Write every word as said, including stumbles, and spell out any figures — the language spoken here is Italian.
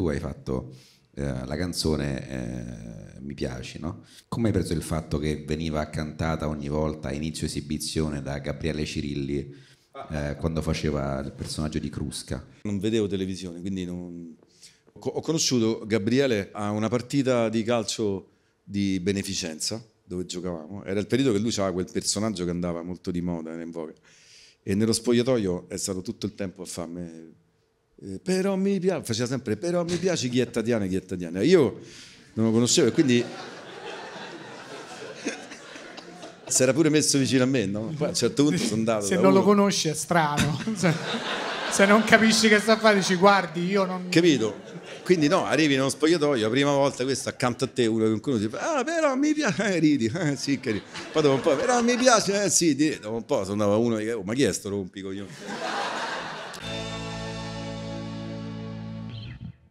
tu hai fatto eh, la canzone eh, Mi piaci, no? Come hai preso il fatto che veniva cantata ogni volta a inizio esibizione da Gabriele Cirilli eh, quando faceva il personaggio di Crusca? Non vedevo televisione, quindi non... ho conosciuto Gabriele a una partita di calcio di beneficenza dove giocavamo. Era il periodo che lui aveva quel personaggio che andava molto di moda, era in voga, e nello spogliatoio è stato tutto il tempo a farmi eh, però mi piace, faceva sempre però mi piace chi è Tatiana, chi è Tatiana. Io non lo conoscevo e quindi si era pure messo vicino a me, no? Poi a un certo punto sono andato se da non uno. lo conosci è strano. se, se non capisci che sta a fare dici guardi io non... Capito? Quindi no, arrivi nello spogliatoio, la prima volta questo accanto a te, uno con cui ti fa ah però mi piace, eh, ridi, eh, sì che ridi. Poi dopo un po', però mi piace, eh sì, di... dopo un po' tornava uno e oh, ma chi è sto rompicoglione?